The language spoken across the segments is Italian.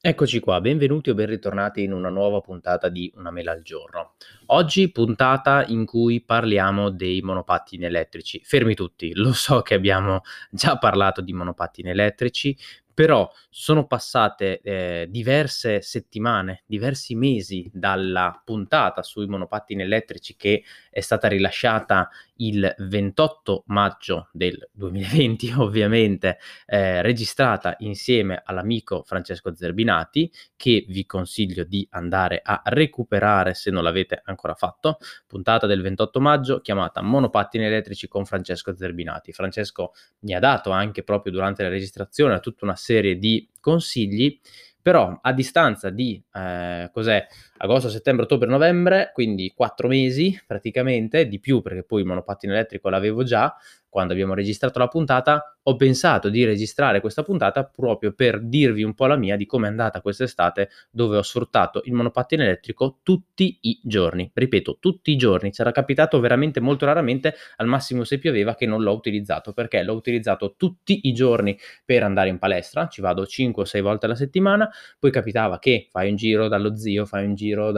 Eccoci qua, benvenuti o ben ritornati in una nuova puntata di Una mela al giorno. Oggi puntata in cui parliamo dei monopattini elettrici. Fermi tutti, lo so che abbiamo già parlato di monopattini elettrici, però sono passate diverse settimane, diversi mesi dalla puntata sui monopattini elettrici che è stata rilasciata il 28 maggio del 2020, ovviamente registrata insieme all'amico Francesco Zerbinati, che vi consiglio di andare a recuperare se non l'avete ancora fatto. Puntata del 28 maggio chiamata Monopattini elettrici con Francesco Zerbinati. Francesco mi ha dato anche proprio durante la registrazione tutta una serie di consigli, però a distanza di agosto, settembre, ottobre, novembre, quindi 4 mesi praticamente, di più perché poi il monopattino elettrico l'avevo già quando abbiamo registrato la puntata, ho pensato di registrare questa puntata proprio per dirvi un po' la mia di come è andata quest'estate, dove ho sfruttato il monopattino elettrico tutti i giorni. Ripeto, tutti i giorni. C'era capitato veramente molto raramente, al massimo se pioveva, che non l'ho utilizzato, perché l'ho utilizzato tutti i giorni per andare in palestra, ci vado 5 o 6 volte alla settimana, poi capitava che fai un giro dallo zio, fai un giro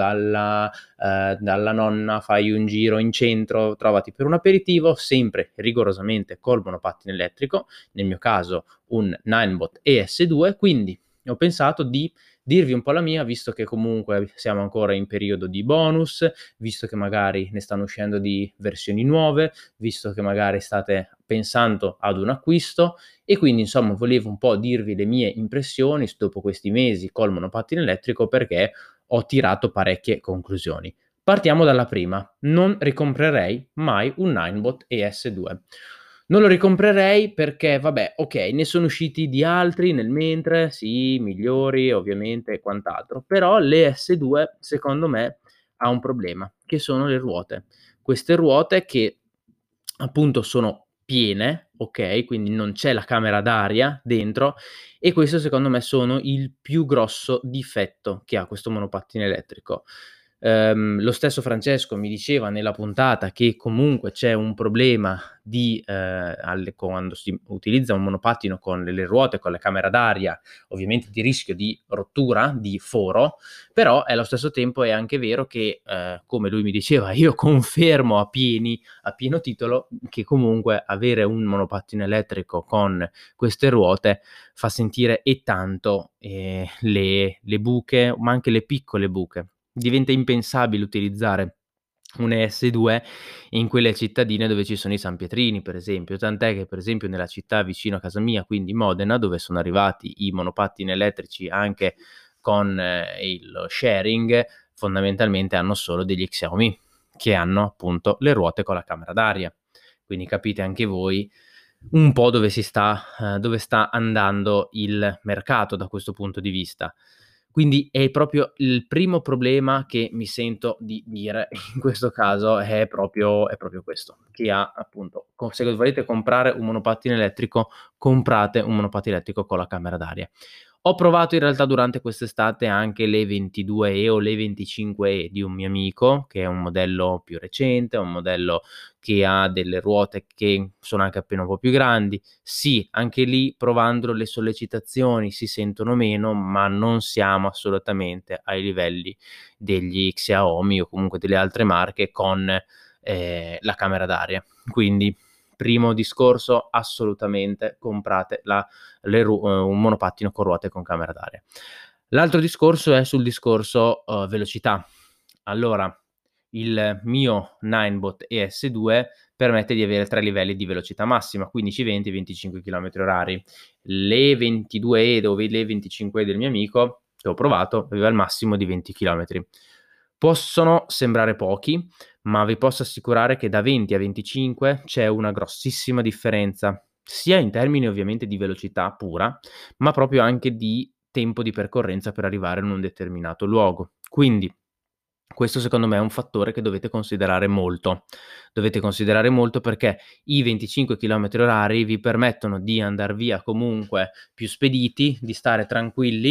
dalla nonna, fai un giro in centro, trovati per un aperitivo, sempre rigorosamente col monopattino elettrico, nel mio caso un Ninebot ES2, quindi ho pensato di dirvi un po' la mia, visto che comunque siamo ancora in periodo di bonus, visto che magari ne stanno uscendo di versioni nuove, visto che magari state pensando ad un acquisto e quindi insomma volevo un po' dirvi le mie impressioni dopo questi mesi col monopattino elettrico perché ho tirato parecchie conclusioni. Partiamo dalla prima. Non ricomprerei mai un Ninebot ES2. Non lo ricomprerei perché, vabbè, ok, ne sono usciti di altri nel mentre, sì, migliori ovviamente e quant'altro, però l'ES2 secondo me ha un problema, che sono le ruote. Queste ruote che appunto sono piene, ok, quindi non c'è la camera d'aria dentro e questo secondo me sono il più grosso difetto che ha questo monopattino elettrico. Lo stesso Francesco mi diceva nella puntata che comunque c'è un problema quando si utilizza un monopattino con le ruote, con la camera d'aria, ovviamente di rischio di rottura, di foro, però allo stesso tempo è anche vero che, come lui mi diceva, io confermo a pieno titolo che comunque avere un monopattino elettrico con queste ruote fa sentire e tanto le buche, ma anche le piccole buche. Diventa impensabile utilizzare un ES2 in quelle cittadine dove ci sono i San Pietrini, per esempio, tant'è che per esempio nella città vicino a casa mia, quindi Modena, dove sono arrivati i monopattini elettrici anche con il sharing, fondamentalmente hanno solo degli Xiaomi che hanno appunto le ruote con la camera d'aria. Quindi capite anche voi un po' dove sta andando il mercato da questo punto di vista. Quindi è proprio il primo problema che mi sento di dire in questo caso è proprio questo, che ha appunto se volete comprare un monopattino elettrico, comprate un monopattino elettrico con la camera d'aria. Ho provato in realtà durante quest'estate anche le 22E o le 25E di un mio amico, che è un modello più recente, un modello che ha delle ruote che sono anche appena un po' più grandi. Sì, anche lì provandolo le sollecitazioni si sentono meno, ma non siamo assolutamente ai livelli degli Xiaomi o comunque delle altre marche con la camera d'aria. Quindi primo discorso, assolutamente comprate un monopattino con ruote con camera d'aria. L'altro discorso è sul discorso velocità. Allora, il mio Ninebot ES2 permette di avere 3 livelli di velocità massima, 15, 20 e 25 km/h. Le 22E dove le 25E del mio amico, che ho provato, aveva il massimo di 20 km. Possono sembrare pochi, ma vi posso assicurare che da 20 a 25 c'è una grossissima differenza, sia in termini ovviamente di velocità pura, ma proprio anche di tempo di percorrenza per arrivare in un determinato luogo. Quindi questo secondo me è un fattore che dovete considerare molto. Dovete considerare molto perché i 25 km/h vi permettono di andar via comunque più spediti, di stare tranquilli,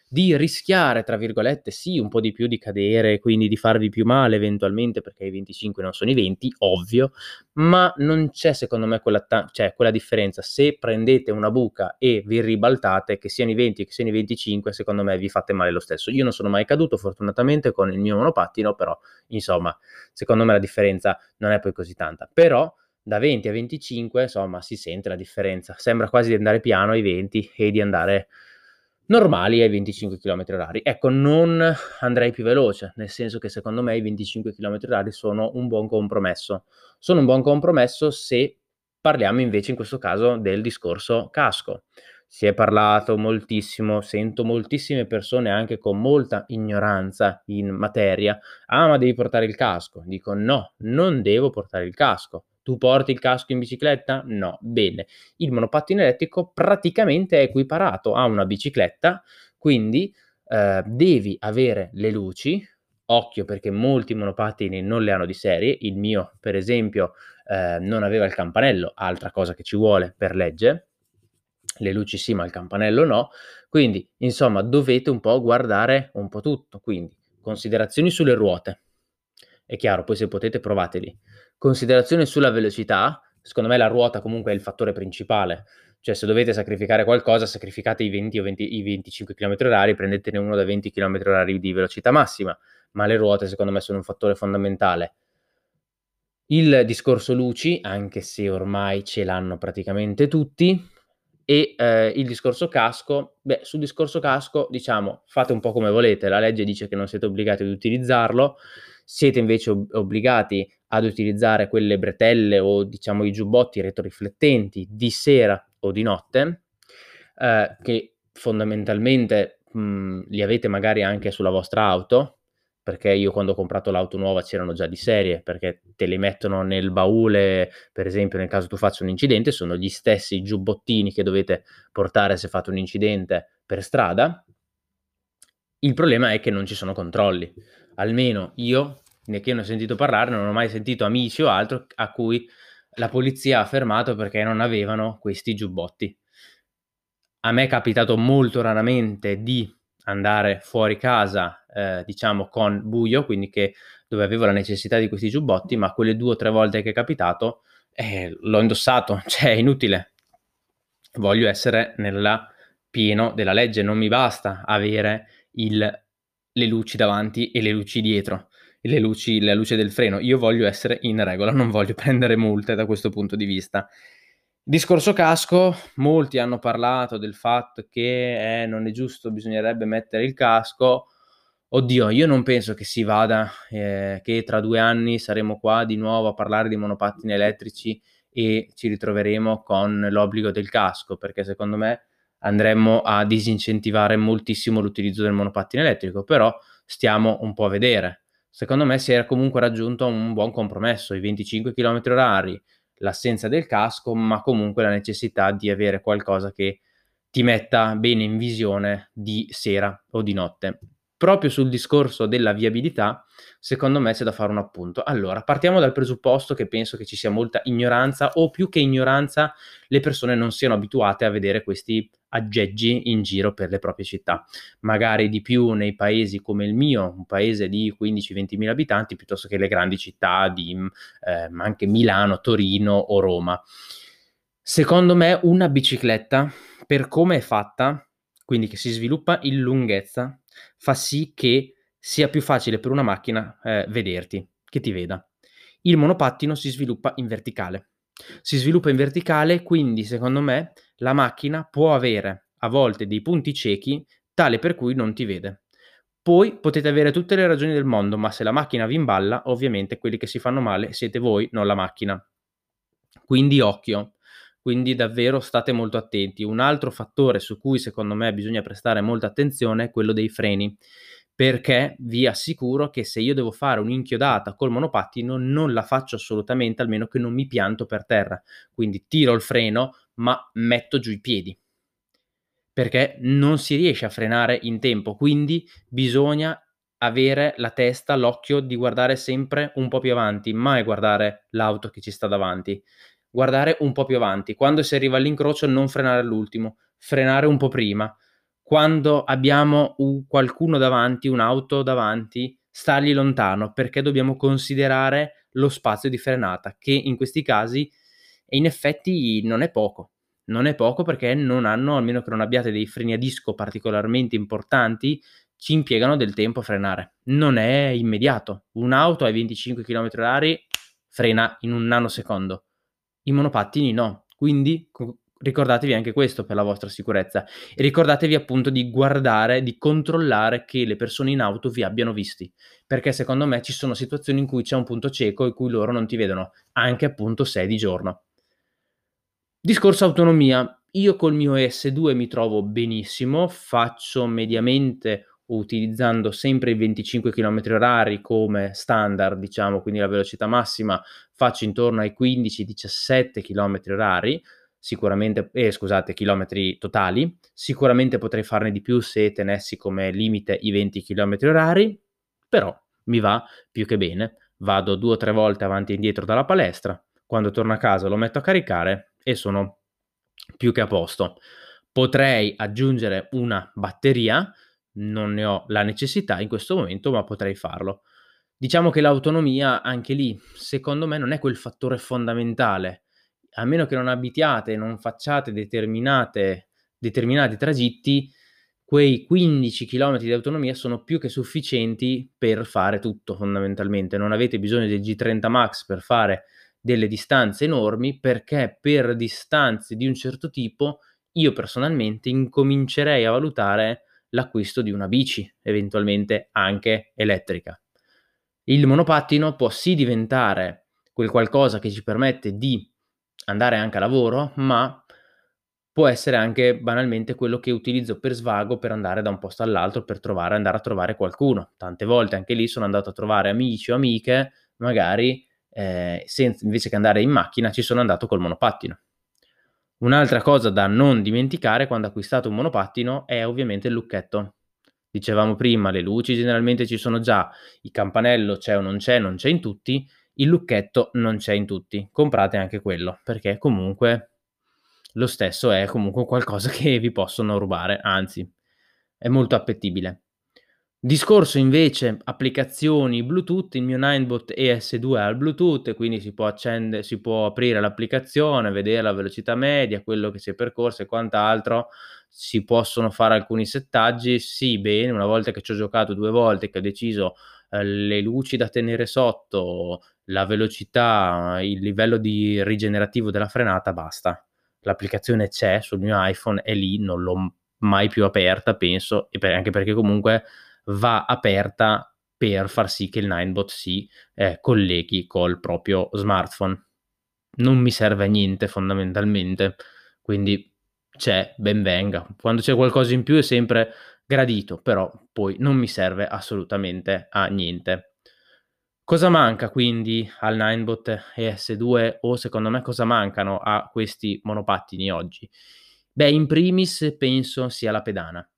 di rischiare, tra virgolette, sì, un po' di più di cadere, quindi di farvi più male eventualmente perché i 25 non sono i 20, ovvio, ma non c'è secondo me quella differenza. Se prendete una buca e vi ribaltate, che siano i 20 che siano i 25, secondo me vi fate male lo stesso. Io non sono mai caduto fortunatamente con il mio monopattino, però insomma, secondo me la differenza non è poi così tanta. Però da 20 a 25, insomma, si sente la differenza. Sembra quasi di andare piano ai 20 e di andare normali ai 25 km/h. Ecco, non andrei più veloce, nel senso che secondo me i 25 km/h sono un buon compromesso. Sono un buon compromesso se parliamo invece in questo caso del discorso casco. Si è parlato moltissimo, sento moltissime persone anche con molta ignoranza in materia: "Ah, ma devi portare il casco." Dico: "No, non devo portare il casco." Tu porti il casco in bicicletta? No. Bene. Il monopattino elettrico praticamente è equiparato a una bicicletta, quindi, devi avere le luci. Occhio perché molti monopattini non le hanno di serie, il mio per esempio, non aveva il campanello, altra cosa che ci vuole per legge. Le luci sì, ma il campanello no. Quindi, insomma, dovete un po' guardare un po' tutto. Quindi, considerazioni sulle ruote. È chiaro, poi se potete provateli. Considerazione sulla velocità, secondo me la ruota comunque è il fattore principale. Cioè se dovete sacrificare qualcosa, sacrificate i 20 o 20 i 25 km/h, prendetene uno da 20 km/h di velocità massima, ma le ruote secondo me sono un fattore fondamentale. Il discorso luci, anche se ormai ce l'hanno praticamente tutti, e, il discorso casco, beh, sul discorso casco diciamo fate un po' come volete, la legge dice che non siete obbligati ad utilizzarlo, siete invece obbligati ad utilizzare quelle bretelle o diciamo i giubbotti retroriflettenti di sera o di notte, che fondamentalmente, li avete magari anche sulla vostra auto, perché io quando ho comprato l'auto nuova c'erano già di serie, perché te li mettono nel baule, per esempio nel caso tu faccia un incidente, sono gli stessi giubbottini che dovete portare se fate un incidente per strada. Il problema è che non ci sono controlli. Almeno io, né che ne ho sentito parlare, non ho mai sentito amici o altro a cui la polizia ha fermato perché non avevano questi giubbotti. A me è capitato molto raramente di andare fuori casa, diciamo con buio, quindi che dove avevo la necessità di questi giubbotti, ma quelle 2 o 3 volte che è capitato, l'ho indossato, cioè è inutile. Voglio essere nella pieno della legge, non mi basta avere le luci davanti e le luci dietro, e la luce del freno. Io voglio essere in regola, non voglio prendere multe da questo punto di vista. Discorso casco, molti hanno parlato del fatto che, non è giusto, bisognerebbe mettere il casco. Oddio, io non penso che si vada che tra 2 anni saremo qua di nuovo a parlare di monopattini elettrici e ci ritroveremo con l'obbligo del casco, perché secondo me andremmo a disincentivare moltissimo l'utilizzo del monopattino elettrico, però stiamo un po' a vedere. Secondo me si era comunque raggiunto un buon compromesso, i 25 km/h, l'assenza del casco, ma comunque la necessità di avere qualcosa che ti metta bene in visione di sera o di notte. Proprio sul discorso della viabilità, secondo me c'è da fare un appunto. Allora, partiamo dal presupposto che penso che ci sia molta ignoranza o più che ignoranza, le persone non siano abituate a vedere questi aggeggi in giro per le proprie città. Magari di più nei paesi come il mio, un paese di 15-20 mila abitanti, piuttosto che le grandi città di anche Milano, Torino o Roma. Secondo me una bicicletta, per come è fatta, quindi che si sviluppa in lunghezza, fa sì che sia più facile per una macchina, vederti, che ti veda. Il monopattino si sviluppa in verticale. Si sviluppa in verticale, quindi secondo me la macchina può avere a volte dei punti ciechi, tale per cui non ti vede. Poi potete avere tutte le ragioni del mondo, ma se la macchina vi imballa, ovviamente quelli che si fanno male siete voi, non la macchina. Quindi occhio, quindi davvero state molto attenti. Un altro fattore su cui secondo me bisogna prestare molta attenzione è quello dei freni, perché vi assicuro che se io devo fare un'inchiodata col monopattino non la faccio assolutamente, almeno che non mi pianto per terra. Quindi tiro il freno, ma metto giù i piedi, perché non si riesce a frenare in tempo, quindi bisogna avere la testa, l'occhio di guardare sempre un po' più avanti, mai guardare l'auto che ci sta davanti. Guardare un po' più avanti. Quando si arriva all'incrocio non frenare all'ultimo, frenare un po' prima. quando abbiamo qualcuno davanti, un'auto davanti, stargli lontano, perché dobbiamo considerare lo spazio di frenata, che in questi casi in effetti non è poco. Non è poco perché non hanno, almeno che non abbiate dei freni a disco particolarmente importanti, ci impiegano del tempo a frenare. Non è immediato. Un'auto ai 25 km/h frena in un nanosecondo. I monopattini no. Quindi ricordatevi anche questo per la vostra sicurezza e ricordatevi appunto di guardare, di controllare che le persone in auto vi abbiano visti, perché secondo me ci sono situazioni in cui c'è un punto cieco in cui loro non ti vedono, anche appunto se è di giorno. Discorso autonomia. Io col mio ES2 mi trovo benissimo, faccio mediamente, utilizzando sempre i 25 km/h come standard, diciamo, quindi la velocità massima, faccio intorno ai 15, 17 km/h, sicuramente scusate, chilometri totali. Sicuramente potrei farne di più se tenessi come limite i 20 km/h, però mi va più che bene. Vado 2 o 3 volte avanti e indietro dalla palestra, quando torno a casa lo metto a caricare e sono più che a posto. Potrei aggiungere una batteria, non ne ho la necessità in questo momento, ma potrei farlo. Diciamo che l'autonomia anche lì, secondo me, non è quel fattore fondamentale. A meno che non abitiate e non facciate determinati tragitti, quei 15 chilometri di autonomia sono più che sufficienti per fare tutto fondamentalmente. Non avete bisogno del G30 Max per fare delle distanze enormi, perché per distanze di un certo tipo io personalmente incomincerei a valutare l'acquisto di una bici, eventualmente anche elettrica. Il monopattino può sì diventare quel qualcosa che ci permette di andare anche a lavoro, ma può essere anche banalmente quello che utilizzo per svago, per andare da un posto all'altro, per andare a trovare qualcuno. Tante volte anche lì sono andato a trovare amici o amiche, magari, invece che andare in macchina ci sono andato col monopattino. Un'altra cosa da non dimenticare quando acquistate un monopattino è ovviamente il lucchetto. Dicevamo prima, le luci generalmente ci sono già, il campanello c'è o non c'è, non c'è in tutti, il lucchetto non c'è in tutti. Comprate anche quello, perché comunque lo stesso è comunque qualcosa che vi possono rubare, anzi è molto appetibile. Discorso invece applicazioni Bluetooth, il mio Ninebot ES2 ha il Bluetooth, quindi si può aprire l'applicazione, vedere la velocità media, quello che si è percorso e quant'altro. Si possono fare alcuni settaggi, sì, bene, una volta che ci ho giocato 2 volte, che ho deciso, le luci da tenere sotto, la velocità, il livello di rigenerativo della frenata, basta. L'applicazione c'è sul mio iPhone, è lì, non l'ho mai più aperta penso, e anche perché comunque va aperta per far sì che il Ninebot si, colleghi col proprio smartphone. Non mi serve a niente fondamentalmente, quindi c'è, ben venga. Quando c'è qualcosa in più è sempre gradito, però poi non mi serve assolutamente a niente. Cosa manca quindi al Ninebot ES2 o secondo me cosa mancano a questi monopattini oggi? Beh, in primis penso sia la pedana.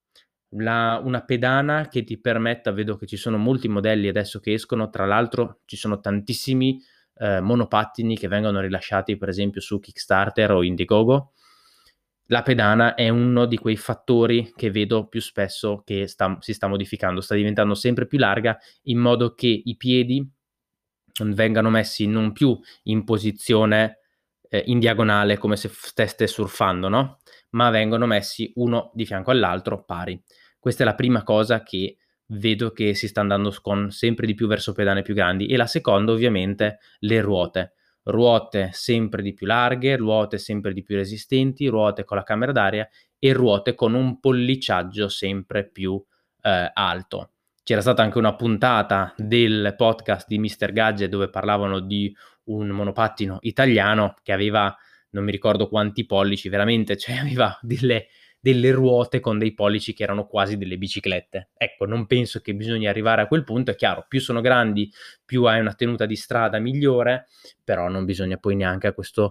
Una pedana che ti permetta, vedo che ci sono molti modelli adesso che escono, tra l'altro ci sono tantissimi, monopattini che vengono rilasciati per esempio su Kickstarter o Indiegogo. La pedana è uno di quei fattori che vedo più spesso che si sta modificando, sta diventando sempre più larga in modo che i piedi vengano messi non più in posizione, in diagonale come se steste surfando, no, ma vengono messi uno di fianco all'altro pari. Questa è la prima cosa che vedo che si sta andando con sempre di più verso pedane più grandi e la seconda ovviamente le ruote. Ruote sempre di più larghe, ruote sempre di più resistenti, ruote con la camera d'aria e ruote con un polliciaggio sempre più, alto. C'era stata anche una puntata del podcast di Mr. Gadget dove parlavano di un monopattino italiano che aveva non mi ricordo quanti pollici, veramente, cioè aveva delle ruote con dei pollici che erano quasi delle biciclette. Ecco, non penso che bisogna arrivare a quel punto. È chiaro, più sono grandi, più hai una tenuta di strada migliore, però non bisogna poi neanche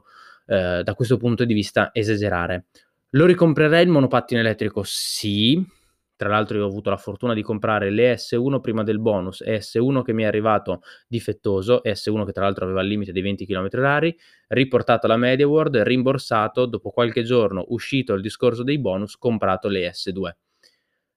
da questo punto di vista esagerare. Lo ricomprerei il monopattino elettrico? Sì. Tra l'altro io ho avuto la fortuna di comprare l'ES1 prima del bonus, ES1 che mi è arrivato difettoso, ES1 che tra l'altro aveva il limite dei 20 km/h, riportato alla MediaWorld, rimborsato, dopo qualche giorno, uscito il discorso dei bonus, comprato l'ES2.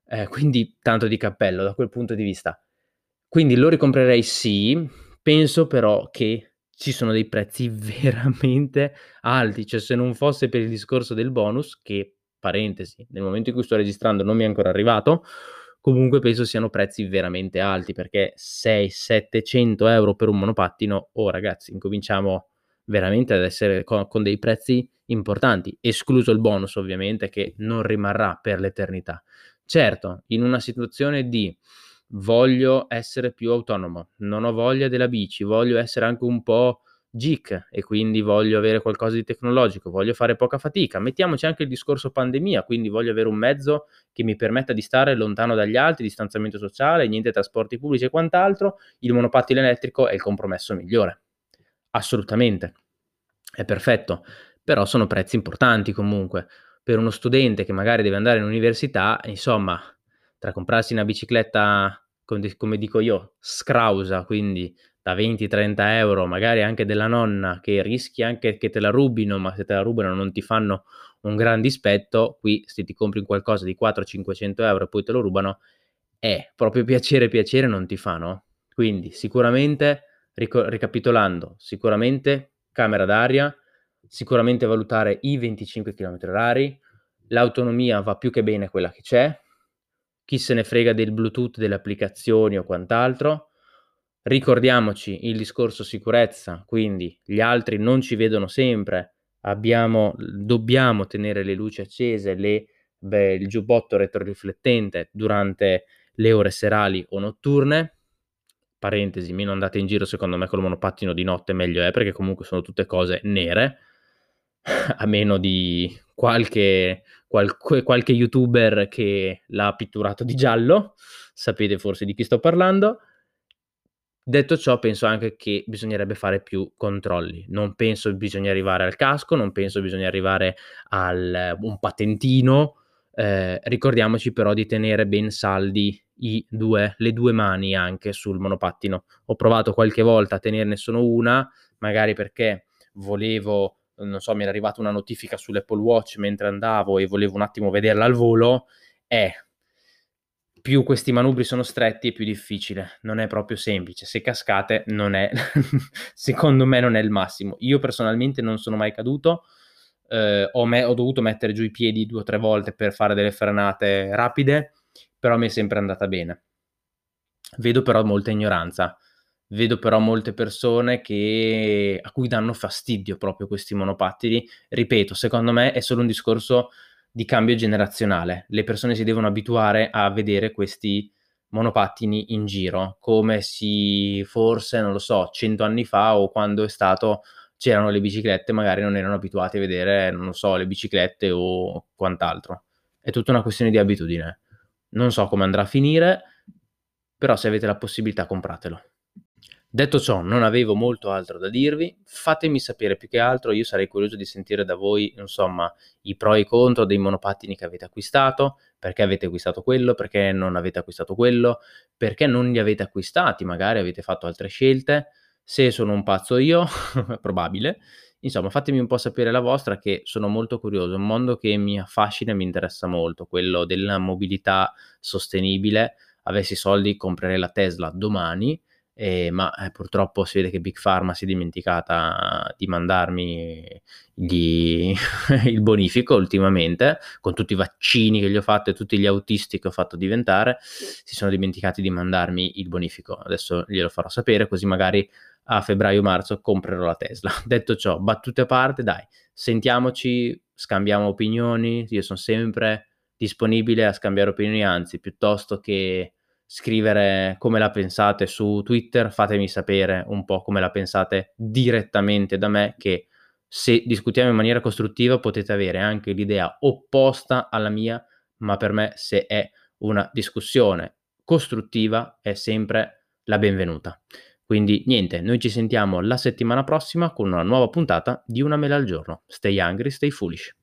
quindi tanto di cappello da quel punto di vista. Quindi lo ricomprerei sì, penso però che ci sono dei prezzi veramente alti, cioè se non fosse per il discorso del bonus che, parentesi, nel momento in cui sto registrando non mi è ancora arrivato, comunque penso siano prezzi veramente alti perché 600, 700 € per un monopattino, oh ragazzi, incominciamo veramente ad essere con dei prezzi importanti, escluso il bonus ovviamente che non rimarrà per l'eternità. Certo, in una situazione di voglio essere più autonomo, non ho voglia della bici, voglio essere anche un po' geek e quindi voglio avere qualcosa di tecnologico, voglio fare poca fatica. Mettiamoci anche il discorso pandemia, quindi voglio avere un mezzo che mi permetta di stare lontano dagli altri, distanziamento sociale, niente trasporti pubblici e quant'altro, il monopattino elettrico è il compromesso migliore. Assolutamente. È perfetto, però sono prezzi importanti comunque. Per uno studente che magari deve andare in università, insomma, tra comprarsi una bicicletta, come dico io, scrausa, quindi da 20, 30 €, magari anche della nonna, che rischi anche che te la rubino, ma se te la rubano non ti fanno un gran dispetto, qui se ti compri un qualcosa di 400, 500 € e poi te lo rubano, proprio piacere, piacere non ti fa, no? Quindi sicuramente, ricapitolando, sicuramente camera d'aria, sicuramente valutare i 25 chilometri orari, l'autonomia va più che bene quella che c'è, chi se ne frega del Bluetooth, delle applicazioni o quant'altro. Ricordiamoci il discorso sicurezza, quindi gli altri non ci vedono sempre, dobbiamo tenere le luci accese, il giubbotto retroriflettente durante le ore serali o notturne. Parentesi, meno andate in giro secondo me col monopattino di notte meglio è, perché comunque sono tutte cose nere, a meno di qualche youtuber che l'ha pitturato di giallo, sapete forse di chi sto parlando. Detto ciò, penso anche che bisognerebbe fare più controlli. Non penso bisogna arrivare al casco, non penso bisogna arrivare al un patentino, ricordiamoci però di tenere ben saldi le 2 mani anche sul monopattino. Ho provato qualche volta a tenerne solo una, magari perché volevo non so, mi era arrivata una notifica sull'Apple Watch mentre andavo e volevo un attimo vederla al volo, più questi manubri sono stretti è più difficile, non è proprio semplice. Se cascate non è secondo me non è il massimo. Io personalmente non sono mai caduto, ho dovuto mettere giù i piedi 2 o 3 volte per fare delle frenate rapide, però mi è sempre andata bene. Vedo però molta ignoranza, vedo però molte persone a cui danno fastidio proprio questi monopattini. Ripeto, secondo me è solo un discorso di cambio generazionale. Le persone si devono abituare a vedere questi monopattini in giro, come forse, non lo so, 100 anni fa o quando c'erano le biciclette, magari non erano abituati a vedere, non lo so, le biciclette o quant'altro. È tutta una questione di abitudine. Non so come andrà a finire, però se avete la possibilità compratelo. Detto ciò, non avevo molto altro da dirvi, fatemi sapere più che altro, io sarei curioso di sentire da voi, insomma, i pro e i contro dei monopattini che avete acquistato, perché avete acquistato quello, perché non avete acquistato quello, perché non li avete acquistati, magari avete fatto altre scelte, se sono un pazzo io, probabile. Insomma, fatemi un po' sapere la vostra che sono molto curioso, è un mondo che mi affascina e mi interessa molto, quello della mobilità sostenibile. Avessi i soldi comprerei la Tesla domani, ma purtroppo si vede che Big Pharma si è dimenticata di mandarmi gli il bonifico ultimamente, con tutti i vaccini che gli ho fatto e tutti gli autisti che ho fatto diventare, si sono dimenticati di mandarmi il bonifico. Adesso glielo farò sapere, così magari a febbraio-marzo comprerò la Tesla. Detto ciò, battute a parte, dai, sentiamoci, scambiamo opinioni, io son sempre disponibile a scambiare opinioni, anzi piuttosto che scrivere come la pensate su Twitter, fatemi sapere un po' come la pensate direttamente da me, che se discutiamo in maniera costruttiva potete avere anche l'idea opposta alla mia, ma per me se è una discussione costruttiva è sempre la benvenuta. Quindi niente, noi ci sentiamo la settimana prossima con una nuova puntata di Una mela al giorno. Stay hungry, stay foolish.